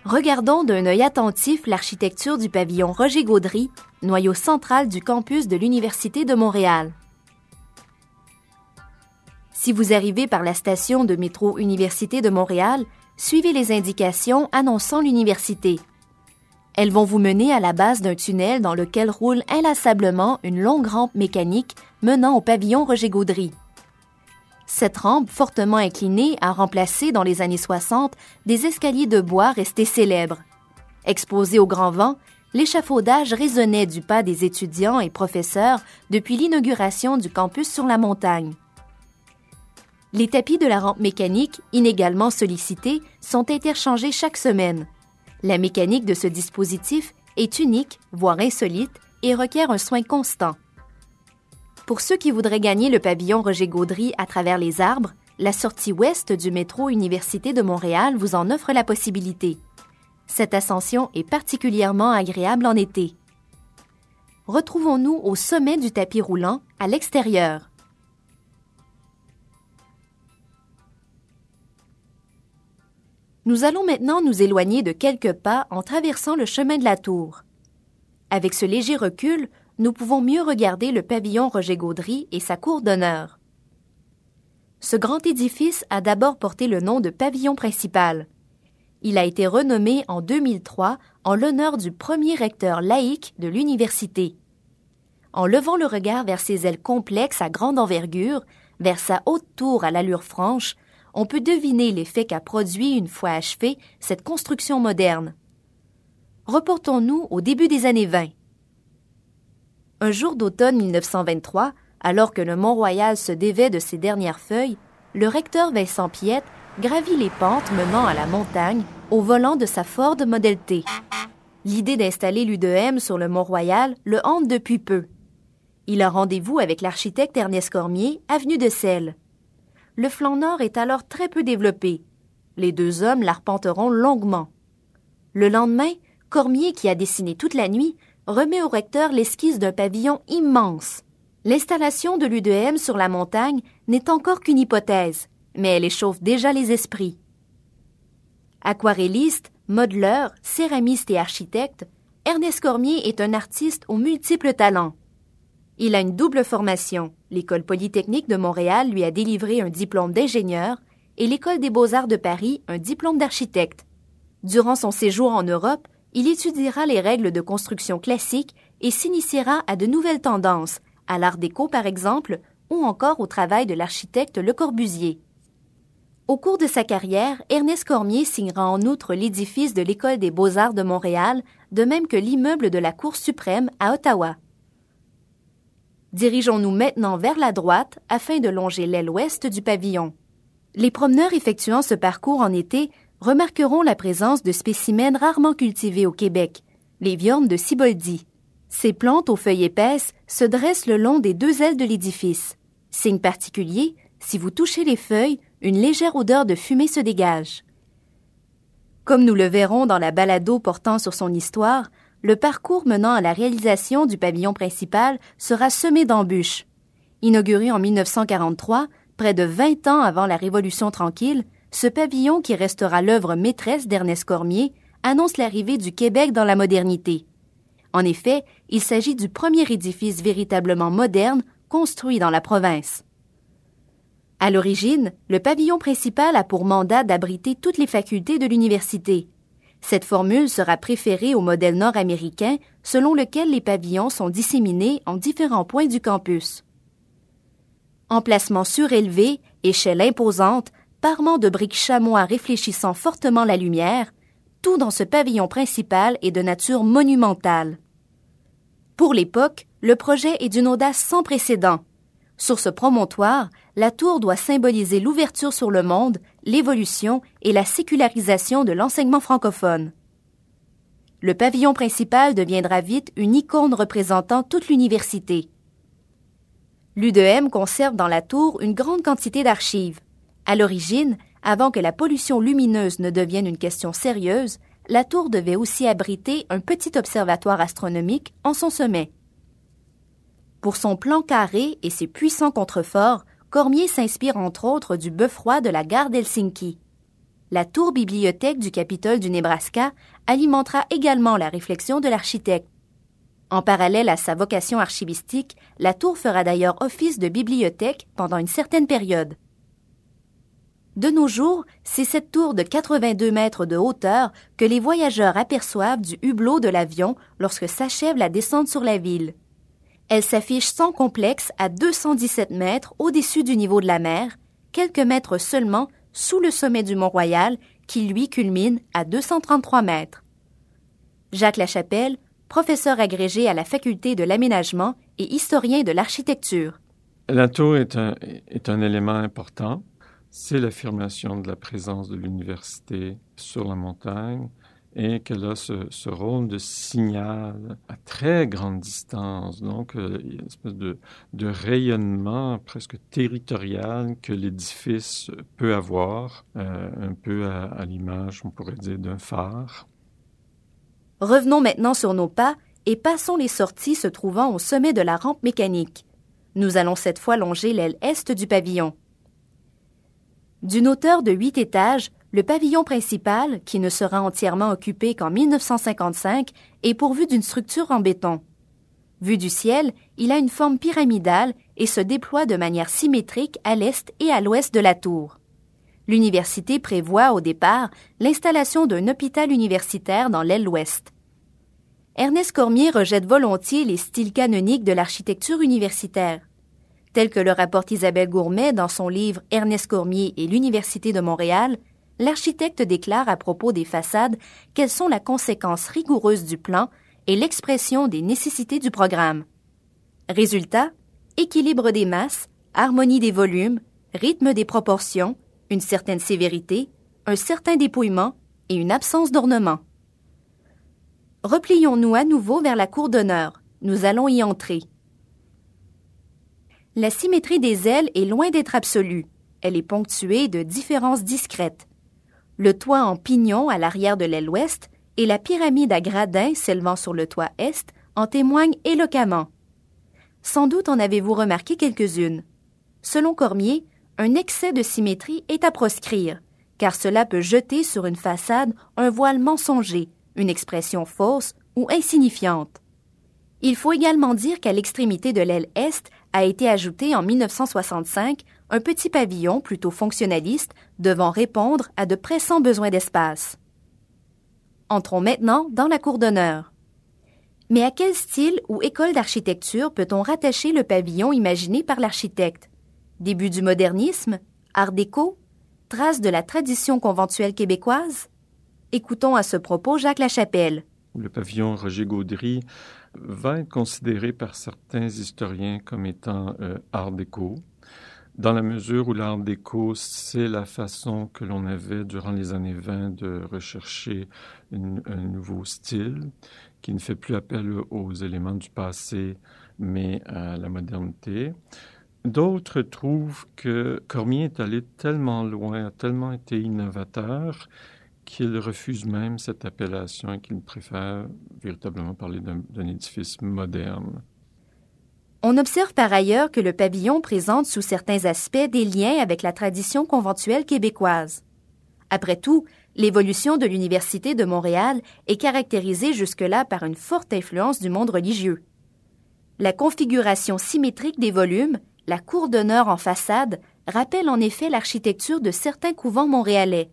Regardons d'un œil attentif l'architecture du pavillon Roger Gaudry, noyau central du campus de l'Université de Montréal. Si vous arrivez par la station de métro Université de Montréal, suivez les indications annonçant l'université. Elles vont vous mener à la base d'un tunnel dans lequel roule inlassablement une longue rampe mécanique menant au pavillon Roger Gaudry. Cette rampe fortement inclinée a remplacé dans les années 60 des escaliers de bois restés célèbres. Exposé au grand vent, l'échafaudage résonnait du pas des étudiants et professeurs depuis l'inauguration du campus sur la montagne. Les tapis de la rampe mécanique, inégalement sollicités, sont interchangés chaque semaine. La mécanique de ce dispositif est unique, voire insolite, et requiert un soin constant. Pour ceux qui voudraient gagner le pavillon Roger Gaudry à travers les arbres, la sortie ouest du métro Université de Montréal vous en offre la possibilité. Cette ascension est particulièrement agréable en été. Retrouvons-nous au sommet du tapis roulant, à l'extérieur. Nous allons maintenant nous éloigner de quelques pas en traversant le chemin de la Tour. Avec ce léger recul, nous pouvons mieux regarder le pavillon Roger Gaudry et sa cour d'honneur. Ce grand édifice a d'abord porté le nom de pavillon principal. Il a été renommé en 2003 en l'honneur du premier recteur laïque de l'université. En levant le regard vers ses ailes complexes à grande envergure, vers sa haute tour à l'allure franche, on peut deviner l'effet qu'a produit, une fois achevée, cette construction moderne. Reportons-nous au début des années 20. Un jour d'automne 1923, alors que le Mont-Royal se dévait de ses dernières feuilles, le recteur Vincent Piette gravit les pentes menant à la montagne au volant de sa Ford Model T. L'idée d'installer l'U2M sur le Mont-Royal le hante depuis peu. Il a rendez-vous avec l'architecte Ernest Cormier, avenue de Selle. Le flanc nord est alors très peu développé. Les deux hommes l'arpenteront longuement. Le lendemain, Cormier, qui a dessiné toute la nuit, remet au recteur l'esquisse d'un pavillon immense. L'installation de l'U2M sur la montagne n'est encore qu'une hypothèse, mais elle échauffe déjà les esprits. Aquarelliste, modeleur, céramiste et architecte, Ernest Cormier est un artiste aux multiples talents. Il a une double formation. L'École polytechnique de Montréal lui a délivré un diplôme d'ingénieur et l'École des beaux-arts de Paris un diplôme d'architecte. Durant son séjour en Europe, il étudiera les règles de construction classiques et s'initiera à de nouvelles tendances, à l'art déco par exemple, ou encore au travail de l'architecte Le Corbusier. Au cours de sa carrière, Ernest Cormier signera en outre l'édifice de l'École des beaux-arts de Montréal, de même que l'immeuble de la Cour suprême à Ottawa. Dirigeons-nous maintenant vers la droite afin de longer l'aile ouest du pavillon. Les promeneurs effectuant ce parcours en été remarqueront la présence de spécimens rarement cultivés au Québec, les viornes de Siboldi. Ces plantes aux feuilles épaisses se dressent le long des deux ailes de l'édifice. Signe particulier, si vous touchez les feuilles, une légère odeur de fumée se dégage. Comme nous le verrons dans la balado portant sur son histoire, le parcours menant à la réalisation du pavillon principal sera semé d'embûches. Inauguré en 1943, près de 20 ans avant la Révolution tranquille, ce pavillon, qui restera l'œuvre maîtresse d'Ernest Cormier, annonce l'arrivée du Québec dans la modernité. En effet, il s'agit du premier édifice véritablement moderne construit dans la province. À l'origine, le pavillon principal a pour mandat d'abriter toutes les facultés de l'université. Cette formule sera préférée au modèle nord-américain, selon lequel les pavillons sont disséminés en différents points du campus. Emplacement surélevé, échelle imposante, parement de briques chamois réfléchissant fortement la lumière, tout dans ce pavillon principal est de nature monumentale. Pour l'époque, le projet est d'une audace sans précédent. Sur ce promontoire, la tour doit symboliser l'ouverture sur le monde, l'évolution et la sécularisation de l'enseignement francophone. Le pavillon principal deviendra vite une icône représentant toute l'université. L'U2M conserve dans la tour une grande quantité d'archives. À l'origine, avant que la pollution lumineuse ne devienne une question sérieuse, la tour devait aussi abriter un petit observatoire astronomique en son sommet. Pour son plan carré et ses puissants contreforts, Cormier s'inspire entre autres du beffroi de la gare d'Helsinki. La tour bibliothèque du Capitole du Nebraska alimentera également la réflexion de l'architecte. En parallèle à sa vocation archivistique, la tour fera d'ailleurs office de bibliothèque pendant une certaine période. De nos jours, c'est cette tour de 82 mètres de hauteur que les voyageurs aperçoivent du hublot de l'avion lorsque s'achève la descente sur la ville. Elle s'affiche sans complexe à 217 mètres au-dessus du niveau de la mer, quelques mètres seulement sous le sommet du Mont-Royal, qui lui culmine à 233 mètres. Jacques Lachapelle, professeur agrégé à la Faculté de l'aménagement et historien de l'architecture. La tour est un élément important. C'est l'affirmation de la présence de l'université sur la montagne et qu'elle a ce rôle de signal à très grande distance. Donc, il y a une espèce de rayonnement presque territorial que l'édifice peut avoir, un peu à l'image, on pourrait dire, d'un phare. Revenons maintenant sur nos pas et passons les sorties se trouvant au sommet de la rampe mécanique. Nous allons cette fois longer l'aile est du pavillon. D'une hauteur de 8 étages, le pavillon principal, qui ne sera entièrement occupé qu'en 1955, est pourvu d'une structure en béton. Vu du ciel, il a une forme pyramidale et se déploie de manière symétrique à l'est et à l'ouest de la tour. L'université prévoit, au départ, l'installation d'un hôpital universitaire dans l'aile ouest. Ernest Cormier rejette volontiers les styles canoniques de l'architecture universitaire. Tel que le rapporte Isabelle Gourmet dans son livre « Ernest Cormier et l'Université de Montréal », l'architecte déclare à propos des façades qu'elles sont la conséquence rigoureuse du plan et l'expression des nécessités du programme. Résultat, équilibre des masses, harmonie des volumes, rythme des proportions, une certaine sévérité, un certain dépouillement et une absence d'ornement. Replions-nous à nouveau vers la cour d'honneur. Nous allons y entrer. La symétrie des ailes est loin d'être absolue. Elle est ponctuée de différences discrètes. Le toit en pignon à l'arrière de l'aile ouest et la pyramide à gradins s'élevant sur le toit est en témoignent éloquemment. Sans doute en avez-vous remarqué quelques-unes. Selon Cormier, un excès de symétrie est à proscrire, car cela peut jeter sur une façade un voile mensonger, une expression fausse ou insignifiante. Il faut également dire qu'à l'extrémité de l'aile est a été ajouté en 1965 un petit pavillon plutôt fonctionnaliste devant répondre à de pressants besoins d'espace. Entrons maintenant dans la cour d'honneur. Mais à quel style ou école d'architecture peut-on rattacher le pavillon imaginé par l'architecte? Début du modernisme? Art déco? Traces de la tradition conventuelle québécoise? Écoutons à ce propos Jacques Lachapelle. Le pavillon Roger Gaudry va être considéré par certains historiens comme étant art déco, dans la mesure où l'art déco, c'est la façon que l'on avait durant les années 20 de rechercher un nouveau style qui ne fait plus appel aux éléments du passé, mais à la modernité. D'autres trouvent que Cormier est allé tellement loin, a tellement été innovateur, qu'il refuse même cette appellation et qu'il préfère véritablement parler d'un édifice moderne. On observe par ailleurs que le pavillon présente sous certains aspects des liens avec la tradition conventuelle québécoise. Après tout, l'évolution de l'Université de Montréal est caractérisée jusque-là par une forte influence du monde religieux. La configuration symétrique des volumes, la cour d'honneur en façade, rappelle en effet l'architecture de certains couvents montréalais.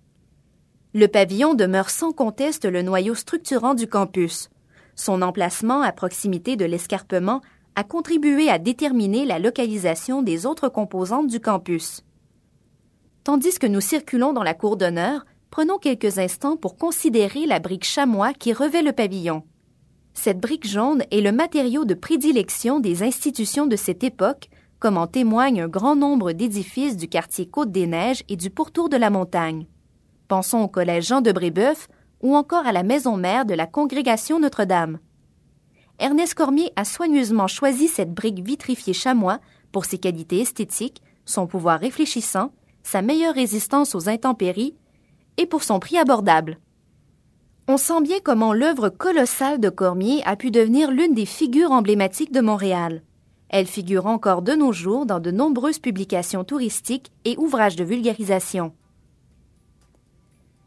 Le pavillon demeure sans conteste le noyau structurant du campus. Son emplacement à proximité de l'escarpement a contribué à déterminer la localisation des autres composantes du campus. Tandis que nous circulons dans la cour d'honneur, prenons quelques instants pour considérer la brique chamois qui revêt le pavillon. Cette brique jaune est le matériau de prédilection des institutions de cette époque, comme en témoigne un grand nombre d'édifices du quartier Côte-des-Neiges et du pourtour de la montagne. Pensons au collège Jean de Brébeuf ou encore à la maison mère de la congrégation Notre-Dame. Ernest Cormier a soigneusement choisi cette brique vitrifiée chamois pour ses qualités esthétiques, son pouvoir réfléchissant, sa meilleure résistance aux intempéries et pour son prix abordable. On sent bien comment l'œuvre colossale de Cormier a pu devenir l'une des figures emblématiques de Montréal. Elle figure encore de nos jours dans de nombreuses publications touristiques et ouvrages de vulgarisation.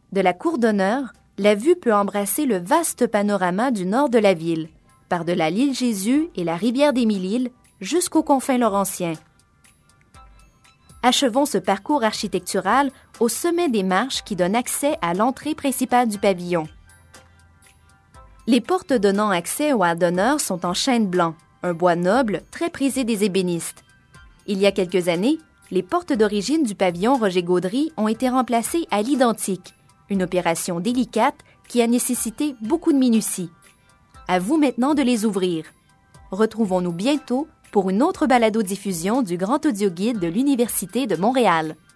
De la cour d'honneur, la vue peut embrasser le vaste panorama du nord de la ville, par-delà l'île Jésus et la rivière des Mille-Îles, jusqu'aux confins laurentiens. Achevons ce parcours architectural au sommet des marches qui donnent accès à l'entrée principale du pavillon. Les portes donnant accès au hall d'honneur sont en chêne blanc, un bois noble très prisé des ébénistes. Il y a quelques années, les portes d'origine du pavillon Roger-Gaudry ont été remplacées à l'identique, une opération délicate qui a nécessité beaucoup de minutie. À vous maintenant de les ouvrir. Retrouvons-nous bientôt pour une autre balado-diffusion du Grand Audio Guide de l'Université de Montréal.